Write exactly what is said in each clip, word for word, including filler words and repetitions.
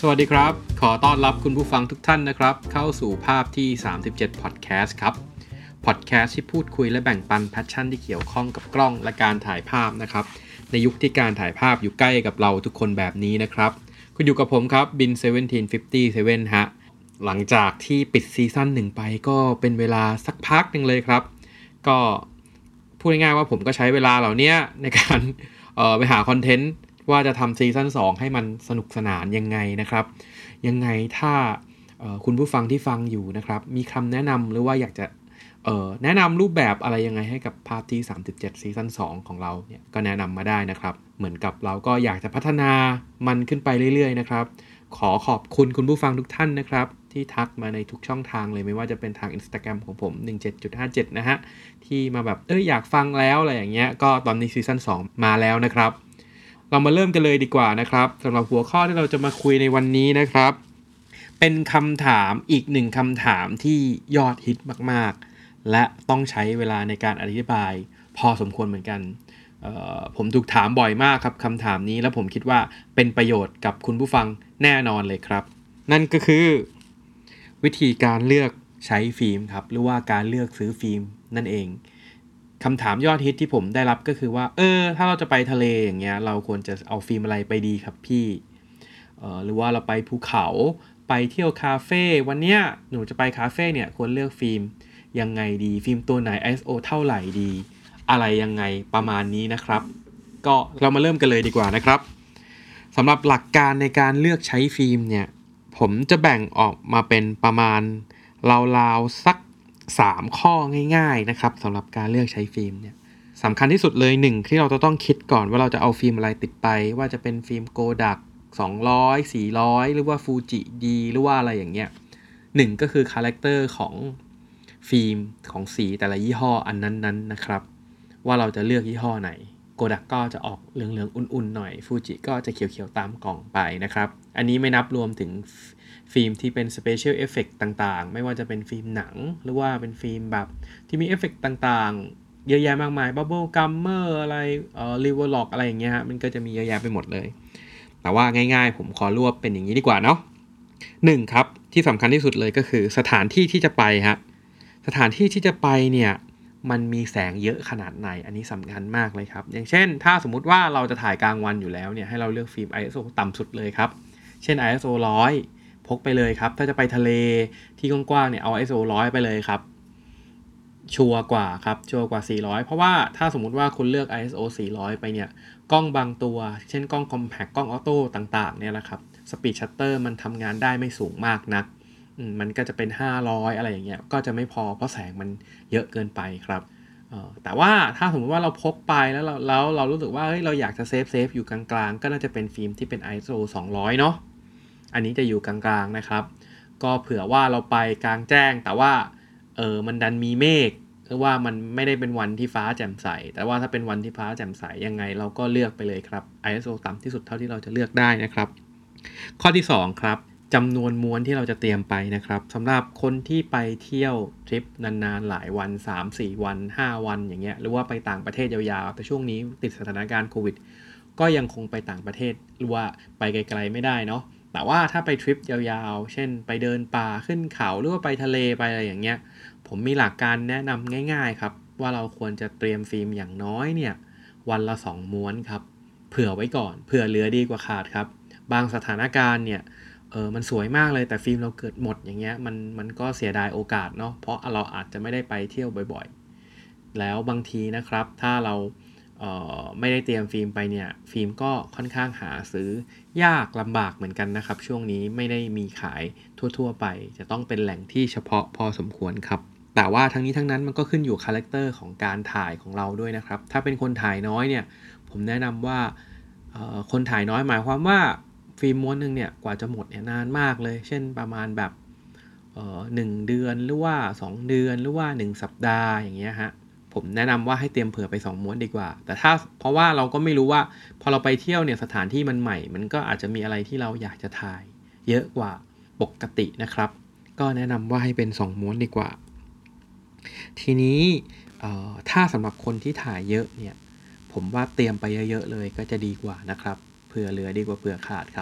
สวัสดีครับขอต้อนรับคุณผู้ฟังทุกท่านนะครับเข้าสู่ภาพที่สามสิบเจ็ด Podcast ครับพอดแคสต์ที่พูดคุยและแบ่งปันแพชชั่นที่เกี่ยวข้องกับกล้องและการถ่ายภาพนะครับในยุคที่การถ่ายภาพอยู่ใกล้กับเราทุกคนแบบนี้นะครับคุณอยู่กับผมครับบินหนึ่งเจ็ดห้าเจ็ดฮะหลังจากที่ปิดซีซั่นหนึ่งไปก็เป็นเวลาสักพักนึงเลยครับก็พูดง่ายๆว่าผมก็ใช้เวลาเหล่านี้ในการเอ่อไปหาคอนเทนต์ว่าจะทำซีซั่นสองให้มันสนุกสนานยังไงนะครับยังไงถ้าคุณผู้ฟังที่ฟังอยู่นะครับมีคำแนะนำหรือว่าอยากจะเอ่อแนะนำรูปแบบอะไรยังไงให้กับพาร์ทที่สามสิบเจ็ดซีซั่นสองของเราเนี่ยก็แนะนำมาได้นะครับเหมือนกับเราก็อยากจะพัฒนามันขึ้นไปเรื่อยๆนะครับขอขอบคุณคุณผู้ฟังทุกท่านนะครับที่ทักมาในทุกช่องทางเลยไม่ว่าจะเป็นทาง Instagram ของผม หนึ่งเจ็ดห้าเจ็ด นะฮะที่มาแบบเอ้ยอยากฟังแล้วอะไรอย่างเงี้ยก็ตอนนี้ซีซั่นสองมาแล้วนะครับเรามาเริ่มกันเลยดีกว่านะครับสำหรับหัวข้อที่เราจะมาคุยในวันนี้นะครับเป็นคำถามอีกหนึ่งคำถามที่ยอดฮิตมากๆและต้องใช้เวลาในการอธิบายพอสมควรเหมือนกันเอ่อผมถูกถามบ่อยมากครับคำถามนี้แล้วผมคิดว่าเป็นประโยชน์กับคุณผู้ฟังแน่นอนเลยครับนั่นก็คือวิธีการเลือกใช้ฟิล์มครับหรือว่าการเลือกซื้อฟิล์มนั่นเองคำถามยอดฮิตที่ผมได้รับก็คือว่าเออถ้าเราจะไปทะเลอย่างเงี้ยเราควรจะเอาฟิล์มอะไรไปดีครับพี่เอ่อหรือว่าเราไปภูเขาไปเที่ยวคาเฟ่วันเนี้ยหนูจะไปคาเฟ่เนี่ยควรเลือกฟิล์มยังไงดีฟิล์มตัวไหน ไอ เอส โอ เท่าไหร่ดีอะไรยังไงประมาณนี้นะครับก็เรามาเริ่มกันเลยดีกว่านะครับสำหรับหลักการในการเลือกใช้ฟิล์มเนี่ยผมจะแบ่งออกมาเป็นประมาณราวๆสักสามข้อง่ายๆนะครับสำหรับการเลือกใช้ฟิล์มเนี่ยสำคัญที่สุดเลยหนึ่งที่เราจะต้องคิดก่อนว่าเราจะเอาฟิล์มอะไรติดไปว่าจะเป็นฟิล์มโกดักสองร้อย สี่ร้อยหรือว่าฟูจิดีหรือว่าอะไรอย่างเงี้ยหนึ่งก็คือคาแรคเตอร์ของฟิล์มของสีแต่ละยี่ห้ออันนั้นๆ น, นะครับว่าเราจะเลือกยี่ห้อไหนโกดักก็จะออกเหลืองๆอุ่นๆหน่อยฟูจิก็จะเขียวๆตามกล่องไปนะครับอันนี้ไม่นับรวมถึงฟิล์มที่เป็น Special Effect ต่างๆไม่ว่าจะเป็นฟิล์มหนังหรือว่าเป็นฟิล์มแบบที่มีเอฟเฟกต์ต่างๆเยอะแยะมากมาย Bubble Gummer อะไรเอ่อ Revolog อะไรอย่างเงี้ยฮะมันก็จะมีเยอะแยะไปหมดเลยแต่ว่าง่ายๆผมขอรวบเป็นอย่างนี้ดีกว่าเนาะหนึ่งครับที่สำคัญที่สุดเลยก็คือสถานที่ที่จะไปฮะสถานที่ที่จะไปเนี่ยมันมีแสงเยอะขนาดไหนอันนี้สำคัญมากเลยครับอย่างเช่นถ้าสมมุติว่าเราจะถ่ายกลางวันอยู่แล้วเนี่ยให้เราเลือกฟิล์ม ไอ เอส โอ ต่ำสุดเลยครับเช่น ไอ เอส โอ หนึ่งร้อยพกไปเลยครับถ้าจะไปทะเลที่กว้างๆเนี่ยเอา ไอ เอส โอ หนึ่งร้อยไปเลยครับชัวร์กว่าครับชัวร์กว่าสี่ร้อยเพราะว่าถ้าสมมุติว่าคุณเลือก ไอ เอส โอ สี่ร้อยไปเนี่ยกล้องบางตัวเช่นกล้อง compact กล้องออโต้ต่างๆเนี่ยแหละครับสปีดชัตเตอร์มันทำงานได้ไม่สูงมากนักมันก็จะเป็นห้าร้อยอะไรอย่างเงี้ยก็จะไม่พอเพราะแสงมันเยอะเกินไปครับแต่ว่าถ้าสมมติว่าเราพกไปแล้วเราแล้วเรารู้สึกว่าเฮ้ยเราอยากจะเซฟเซฟอยู่กลางๆก็น่าจะเป็นฟิล์มที่เป็น ไอ เอส โอ สองร้อยเนาะอันนี้จะอยู่กลางๆนะครับก็เผื่อว่าเราไปกลางแจ้งแต่ว่าเออมันดันมีเมฆหรือว่ามันไม่ได้เป็นวันที่ฟ้าแจ่มใสแต่ว่าถ้าเป็นวันที่ฟ้าแจ่มใสยังไงเราก็เลือกไปเลยครับ ไอ เอส โอ ต่ำที่สุดเท่าที่เราจะเลือกได้นะครับข้อที่สองครับจำนวนม้วนที่เราจะเตรียมไปนะครับสำหรับคนที่ไปเที่ยวทริปนานๆหลายวัน สามสี่ วันห้าวันอย่างเงี้ยหรือว่าไปต่างประเทศยาวๆแต่ช่วงนี้ติดสถานการณ์โควิดก็ยังคงไปต่างประเทศหรือว่าไปไกลๆไม่ได้เนาะแต่ว่าถ้าไปทริปยาวๆเช่นไปเดินป่าขึ้นเขาหรือว่าไปทะเลไปอะไรอย่างเงี้ยผมมีหลักการแนะนำง่ายๆครับว่าเราควรจะเตรียมฟิล์มอย่างน้อยเนี่ยวันละสองม้วนครับเผื่อไว้ก่อนเผื่อเหลือดีกว่าขาดครับบางสถานการณ์เนี่ยเออมันสวยมากเลยแต่ฟิล์มเราเกิดหมดอย่างเงี้ยมันมันก็เสียดายโอกาสเนาะเพราะเราอาจจะไม่ได้ไปเที่ยวบ่อยๆแล้วบางทีนะครับถ้าเราเอ่อไม่ได้เตรียมฟิล์มไปเนี่ยฟิล์มก็ค่อนข้างหาซื้อยากลำบากเหมือนกันนะครับช่วงนี้ไม่ได้มีขายทั่วๆไปจะต้องเป็นแหล่งที่เฉพาะพอสมควรครับแต่ว่าทั้งนี้ทั้งนั้นมันก็ขึ้นอยู่คาแรคเตอร์ของการถ่ายของเราด้วยนะครับถ้าเป็นคนถ่ายน้อยเนี่ยผมแนะนำว่าเอ่อคนถ่ายน้อยหมายความว่าฟิล์มม้วนนึงเนี่ยกว่าจะหมดเนี่ยนานมากเลยเช่นประมาณแบบเอ่อหนึ่งเดือนหรือว่าสองเดือนหรือว่าหนึ่งสัปดาห์อย่างเงี้ยฮะผมแนะนำว่าให้เตรียมเผื่อไปสองม้วนดีกว่าแต่ถ้าเพราะว่าเราก็ไม่รู้ว่าพอเราไปเที่ยวเนี่ยสถานที่มันใหม่มันก็อาจจะมีอะไรที่เราอยากจะถ่ายเยอะกว่าปกตินะครับก็แนะนำว่าให้เป็นสองม้วนดีกว่าทีนี้ถ้าสำหรับคนที่ถ่ายเยอะเนี่ยผมว่าเตรียมไปเยอะๆเลยก็จะดีกว่านะครับเผื่อเหลือดีกว่าเผื่อขาดครับ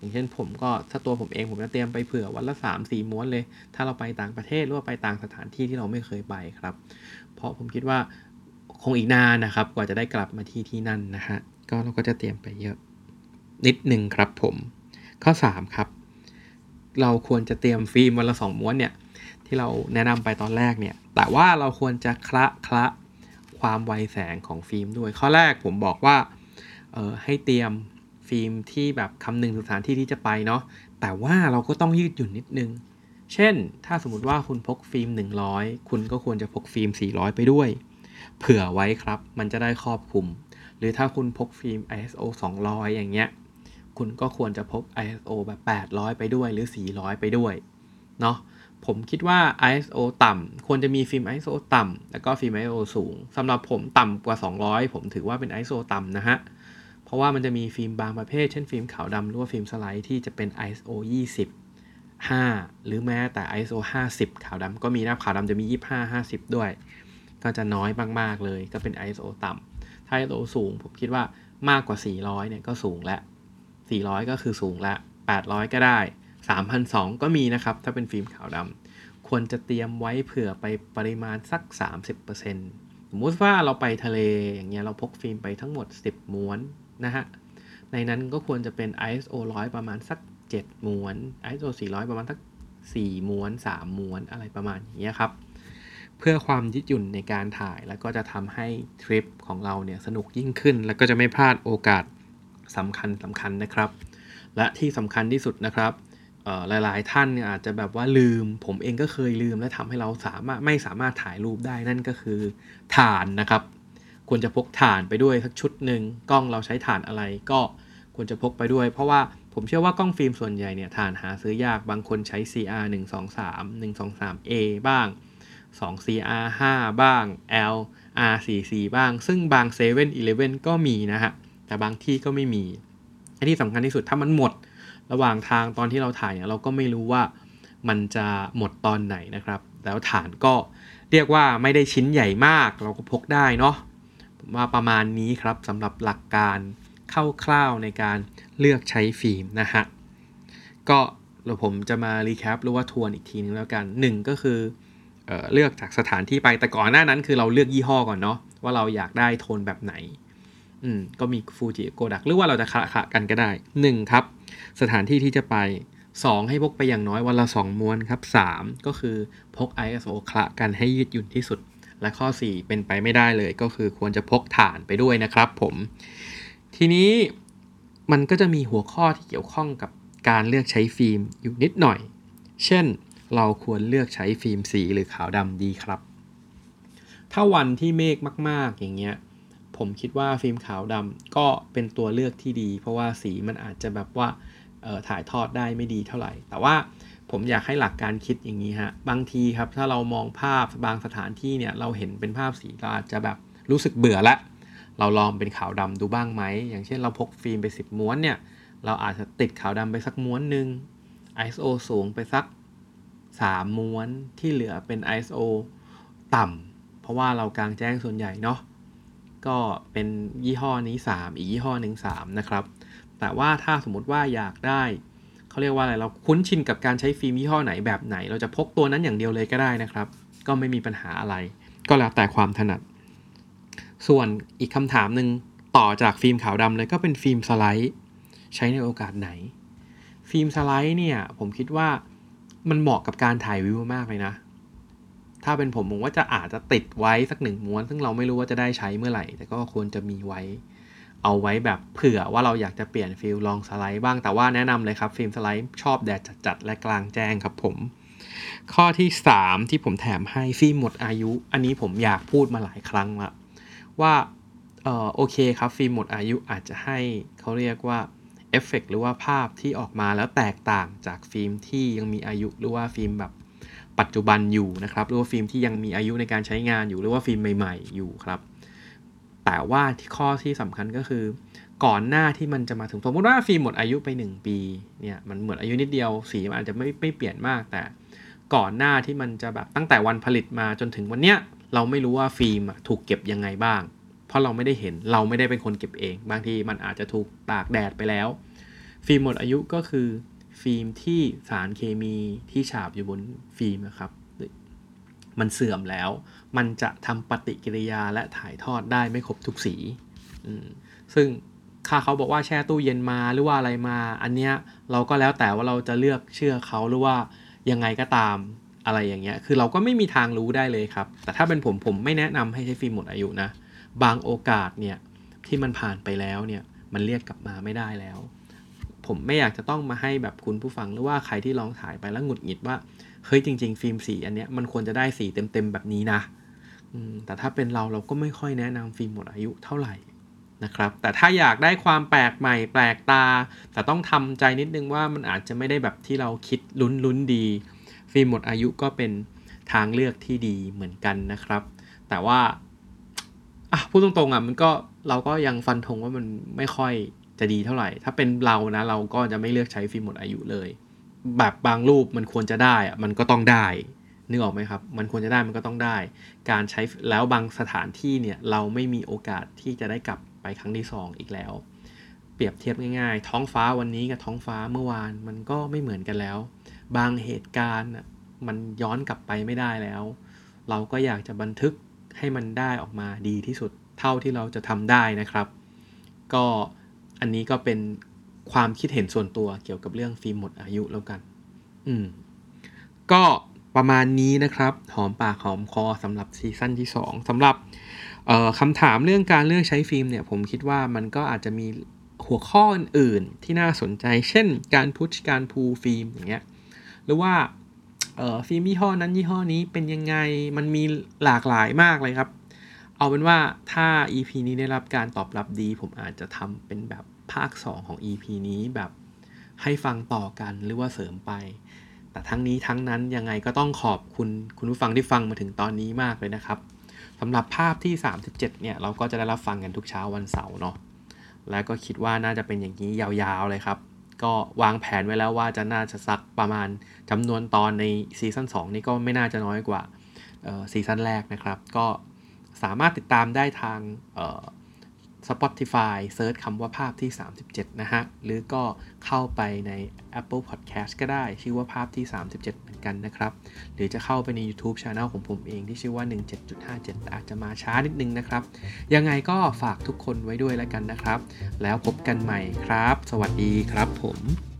อย่างเช่นผมก็ถ้าตัวผมเองผมจะเตรียมไปเผื่อวันละ สามถึงสี่ ม้วนเลยถ้าเราไปต่างประเทศหรือว่าไปต่างสถานที่ที่เราไม่เคยไปครับเพราะผมคิดว่าคงอีกนานนะครับกว่าจะได้กลับมาที่ที่นั่นนะฮะก็เราก็จะเตรียมไปเยอะนิดนึงครับผมข้อสามครับเราควรจะเตรียมฟิล์มวันละสองม้วนเนี่ยที่เราแนะนำไปตอนแรกเนี่ยแต่ว่าเราควรจะคละคละความไวแสงของฟิล์มด้วยข้อแรกผมบอกว่าเอ่อให้เตรียมฟิล์มที่แบบคำนึงถึงสถานที่ที่จะไปเนาะแต่ว่าเราก็ต้องยืดหยุ่นนิดนึงเช่นถ้าสมมุติว่าคุณพกฟิล์มหนึ่งร้อยคุณก็ควรจะพกฟิล์มสี่ร้อยไปด้วยเผื่อไว้ครับมันจะได้ครอบคลุมหรือถ้าคุณพกฟิล์ม ไอ เอส โอ สองร้อยอย่างเงี้ยคุณก็ควรจะพก ไอ เอส โอ แบบแปดร้อยไปด้วยหรือสี่ร้อยไปด้วยเนาะผมคิดว่า ไอ เอส โอ ต่ำควรจะมีฟิล์ม ไอ เอส โอ ต่ำแล้วก็ฟิล์ม ไอ เอส โอ สูงสำหรับผมต่ำกว่าสองร้อยผมถือว่าเป็น ไอ เอส โอ ต่ำนะฮะเพราะว่ามันจะมีฟิล์มบางประเภทเช่นฟิล์มขาวดำหรือว่าฟิล์มสไลด์ที่จะเป็น ไอ เอส โอ ยี่สิบ ห้าหรือแม้แต่ ไอ เอส โอ ห้าสิบขาวดำก็มีนะขาวดำจะมียี่สิบห้า ห้าสิบด้วยก็จะน้อยมากๆเลยก็เป็น ไอ เอส โอ ต่ำถ้า ไอ เอส โอ สูงผมคิดว่ามากกว่าสี่ร้อยเนี่ยก็สูงแล้วสี่ร้อยก็คือสูงแล้วแปดร้อยก็ได้ สามพันสองร้อย ก็มีนะครับถ้าเป็นฟิล์มขาวดำควรจะเตรียมไว้เผื่อไปปริมาณสัก สามสิบเปอร์เซ็นต์ สมมุติว่าเราไปทะเลอย่างเงี้ยเราพกฟิล์มไปทั้งหมดสิบม้วนนะฮะในนั้นก็ควรจะเป็น ไอ เอส โอ หนึ่งร้อยประมาณสักเจ็ดม้วน ไอ เอส โอ สี่ร้อยประมาณสักสี่ม้วนสามม้วนอะไรประมาณอย่างเงี้ยครับเพื่อความยืดหยุ่นในการถ่ายแล้วก็จะทำให้ทริปของเราเนี่ยสนุกยิ่งขึ้นแล้วก็จะไม่พลาดโอกาสสำคัญสำคัญนะครับและที่สำคัญที่สุดนะครับหลายๆท่านเนี่ยอาจจะแบบว่าลืมผมเองก็เคยลืมและทำให้เราสามารถไม่สามารถถ่ายรูปได้นั่นก็คือถ่านนะครับควรจะพกถ่านไปด้วยสักชุดหนึ่งกล้องเราใช้ถ่านอะไรก็ควรจะพกไปด้วยเพราะว่าผมเชื่อว่ากล้องฟิล์มส่วนใหญ่เนี่ยถ่านหาซื้อยากบางคนใช้ ซี อาร์ หนึ่ง สอง สาม หนึ่ง สอง สาม เอ บ้างสอง ซี อาร์ ห้า บ้าง แอล อาร์ สี่สิบสี่ บ้างซึ่งบาง เซเว่น อีเลฟเว่น ก็มีนะฮะแต่บางที่ก็ไม่มีและที่สำคัญที่สุดถ้ามันหมดระหว่างทางตอนที่เราถ่ายเนี่ยเราก็ไม่รู้ว่ามันจะหมดตอนไหนนะครับแล้วฐานก็เรียกว่าไม่ได้ชิ้นใหญ่มากเราก็พกได้เนาะผมว่าประมาณนี้ครับสำหรับหลักการคร่าวๆในการเลือกใช้ฟิล์มนะฮะก็เดี๋ยวผมจะมารีแคปหรือว่าทวนอีกทีนึงแล้วกันหนึ่งก็คือ เอ่อ เลือกจากสถานที่ไปแต่ก่อนหน้านั้นคือเราเลือกยี่ห้อก่อนเนาะว่าเราอยากได้โทนแบบไหนอืมก็มี Fuji Kodak หรือว่าเราจะคละๆกันก็ได้หนึ่งครับสถานที่ที่จะไปสองให้พกไปอย่างน้อยวันละสองม้วนครับสามก็คือพก ไอ เอส โอ คละกันให้ยืดหยุ่นที่สุดและข้อสี่เป็นไปไม่ได้เลยก็คือควรจะพกถ่านไปด้วยนะครับผมทีนี้มันก็จะมีหัวข้อที่เกี่ยวข้องกับการเลือกใช้ฟิล์มอยู่นิดหน่อยเช่นเราควรเลือกใช้ฟิล์มสีหรือขาวดำดีครับถ้าวันที่เมฆมากๆอย่างเงี้ยผมคิดว่าฟิล์มขาวดำก็เป็นตัวเลือกที่ดีเพราะว่าสีมันอาจจะแบบว่าเอ่อถ่ายทอดได้ไม่ดีเท่าไหร่แต่ว่าผมอยากให้หลักการคิดอย่างนี้ฮะบางทีครับถ้าเรามองภาพบางสถานที่เนี่ยเราเห็นเป็นภาพสีเราอาจจะแบบรู้สึกเบื่อละเราลองเป็นขาวดำดูบ้างไหมอย่างเช่นเราพกฟิล์มไปสิบม้วนเนี่ยเราอาจจะติดขาวดำไปสักม้วนนึง ไอ เอส โอ สูงไปสักสามม้วนที่เหลือเป็น ไอ เอส โอ ต่ำเพราะว่าเรากลางแจ้งส่วนใหญ่เนาะก็เป็นยี่ห้อนี้สามอีกยี่ห้อหนึ่งสามนะครับแต่ว่าถ้าสมมุติว่าอยากได้เขาเรียกว่าอะไรเราคุ้นชินกับการใช้ฟิล์มยี่ห้อไหนแบบไหนเราจะพกตัวนั้นอย่างเดียวเลยก็ได้นะครับก็ไม่มีปัญหาอะไรก็แล้วแต่ความถนัดส่วนอีกคำถามหนึ่งต่อจากฟิล์มขาวดำเลยก็เป็นฟิล์มสไลด์ใช้ในโอกาสไหนฟิล์มสไลด์เนี่ยผมคิดว่ามันเหมาะกับการถ่ายวิวมากเลยนะถ้าเป็นผมผมว่าจะอาจจะติดไว้สักหนึ่งม้วนซึ่งเราไม่รู้ว่าจะได้ใช้เมื่อไหร่แต่ก็ควรจะมีไว้เอาไว้แบบเผื่อว่าเราอยากจะเปลี่ยนฟิลลองสไลด์บ้างแต่ว่าแนะนำเลยครับฟิล์มสไลด์ชอบแดดจัดๆและกลางแจ้งครับผมข้อที่สามที่ผมแถมให้ฟิล์มหมดอายุอันนี้ผมอยากพูดมาหลายครั้งละว่าเอ่อโอเคครับฟิล์มหมดอายุอาจจะให้เขาเรียกว่าเอฟเฟกต์หรือว่าภาพที่ออกมาแล้วแตกต่างจากฟิล์มที่ยังมีอายุหรือว่าฟิล์มแบบปัจจุบันอยู่นะครับหรือว่าฟิล์มที่ยังมีอายุในการใช้งานอยู่หรือว่าฟิล์มใหม่ๆอยู่ครับแต่ว่าที่ข้อที่สำคัญก็คือก่อนหน้าที่มันจะมาถึงสมมติว่าฟิล์มหมดอายุไปหนึ่งปีเนี่ยมันหมดอายุนิดเดียวสีมันอาจจะไม่ไม่เปลี่ยนมากแต่ก่อนหน้าที่มันจะแบบตั้งแต่วันผลิตมาจนถึงวันเนี้ยเราไม่รู้ว่าฟิล์มถูกเก็บยังไงบ้างเพราะเราไม่ได้เห็นเราไม่ได้เป็นคนเก็บเองบางทีมันอาจจะถูกตากแดดไปแล้วฟิล์มหมดอายุก็คือฟิล์มที่สารเคมีที่ฉาบอยู่บนฟิล์มนะครับมันเสื่อมแล้วมันจะทำปฏิกิริยาและถ่ายทอดได้ไม่ครบทุกสีซึ่งค่าเขาบอกว่าแช่ตู้เย็นมาหรือว่าอะไรมาอันเนี้ยเราก็แล้วแต่ว่าเราจะเลือกเชื่อเขาหรือว่ายังไงก็ตามอะไรอย่างเงี้ยคือเราก็ไม่มีทางรู้ได้เลยครับแต่ถ้าเป็นผมผมไม่แนะนำให้ใช้ฟิล์มหมดอายุนะบางโอกาสเนี่ยที่มันผ่านไปแล้วเนี่ยมันเรียกกลับมาไม่ได้แล้วผมไม่อยากจะต้องมาให้แบบคุณผู้ฟังหรือว่าใครที่ลองถ่ายไปแล้วหงุดหงิดว่าเฮ้ยจริงๆฟิล์มสีอันเนี้ยมันควรจะได้สีเต็มๆแบบนี้นะแต่ถ้าเป็นเราเราก็ไม่ค่อยแนะนำฟิล์มหมดอายุเท่าไหร่นะครับแต่ถ้าอยากได้ความแปลกใหม่แปลกตาแต่ต้องทำใจนิดนึงว่ามันอาจจะไม่ได้แบบที่เราคิดลุ้นๆดีฟิล์มหมดอายุก็เป็นทางเลือกที่ดีเหมือนกันนะครับแต่ว่าอ่ะพูดตรงๆอ่ะมันก็เราก็ยังฟันธงว่ามันไม่ค่อยจะดีเท่าไหร่ถ้าเป็นเรานะเราก็จะไม่เลือกใช้ฟิล์มหมดอายุเลยแบบบางรูปมันควรจะได้อ่ะมันก็ต้องได้นึกออกไหมครับมันควรจะได้มันก็ต้องได้การใช้แล้วบางสถานที่เนี่ยเราไม่มีโอกาสที่จะได้กลับไปครั้งที่สองอีกแล้วเปรียบเทียบง่ายๆท้องฟ้าวันนี้กับท้องฟ้าเมื่อวานมันก็ไม่เหมือนกันแล้วบางเหตุการณ์มันย้อนกลับไปไม่ได้แล้วเราก็อยากจะบันทึกให้มันได้ออกมาดีที่สุดเท่าที่เราจะทำได้นะครับก็อันนี้ก็เป็นความคิดเห็นส่วนตัวเกี่ยวกับเรื่องฟิล์มหมดอายุแล้วกันอืมก็ประมาณนี้นะครับหอมปากหอมคอสำหรับซีซั่นที่สองสำหรับคำถามเรื่องการเลือกใช้ฟิล์มเนี่ยผมคิดว่ามันก็อาจจะมีหัวข้ออื่นๆที่น่าสนใจเช่นการพุชการพูฟิล์มอย่างเงี้ยหรือว่าฟิล์มยี่ห้อนั้นยี่ห้อนี้เป็นยังไงมันมีหลากหลายมากเลยครับเอาเป็นว่าถ้า อี พี นี้ได้รับการตอบรับดีผมอาจจะทำเป็นแบบภาคสองของ อี พี นี้แบบให้ฟังต่อกันหรือว่าเสริมไปแต่ทั้งนี้ทั้งนั้นยังไงก็ต้องขอบคุณคุณผู้ฟังที่ฟังมาถึงตอนนี้มากเลยนะครับสำหรับภาพที่สามสิบเจ็ดเนี่ยเราก็จะได้รับฟังกันทุกเช้าวันเสาร์เนาะและก็คิดว่าน่าจะเป็นอย่างนี้ยาวๆเลยครับก็วางแผนไว้แล้วว่าจะน่าจะสักประมาณจำนวนตอนในซีซั่นสองนี่ก็ไม่น่าจะน้อยกว่าซีซั่นแรกนะครับก็สามารถติดตามได้ทางSpotify เซิร์ชคำว่าภาพที่สามสิบเจ็ดนะฮะหรือก็เข้าไปใน Apple Podcast ก็ได้ชื่อว่าภาพที่สามสิบเจ็ดเหมือนกันนะครับหรือจะเข้าไปใน YouTube Channel ของผมเองที่ชื่อว่า หนึ่งเจ็ดจุดห้าเจ็ด อาจจะมาช้านิดนึงนะครับยังไงก็ฝากทุกคนไว้ด้วยแล้วกันนะครับแล้วพบกันใหม่ครับสวัสดีครับผม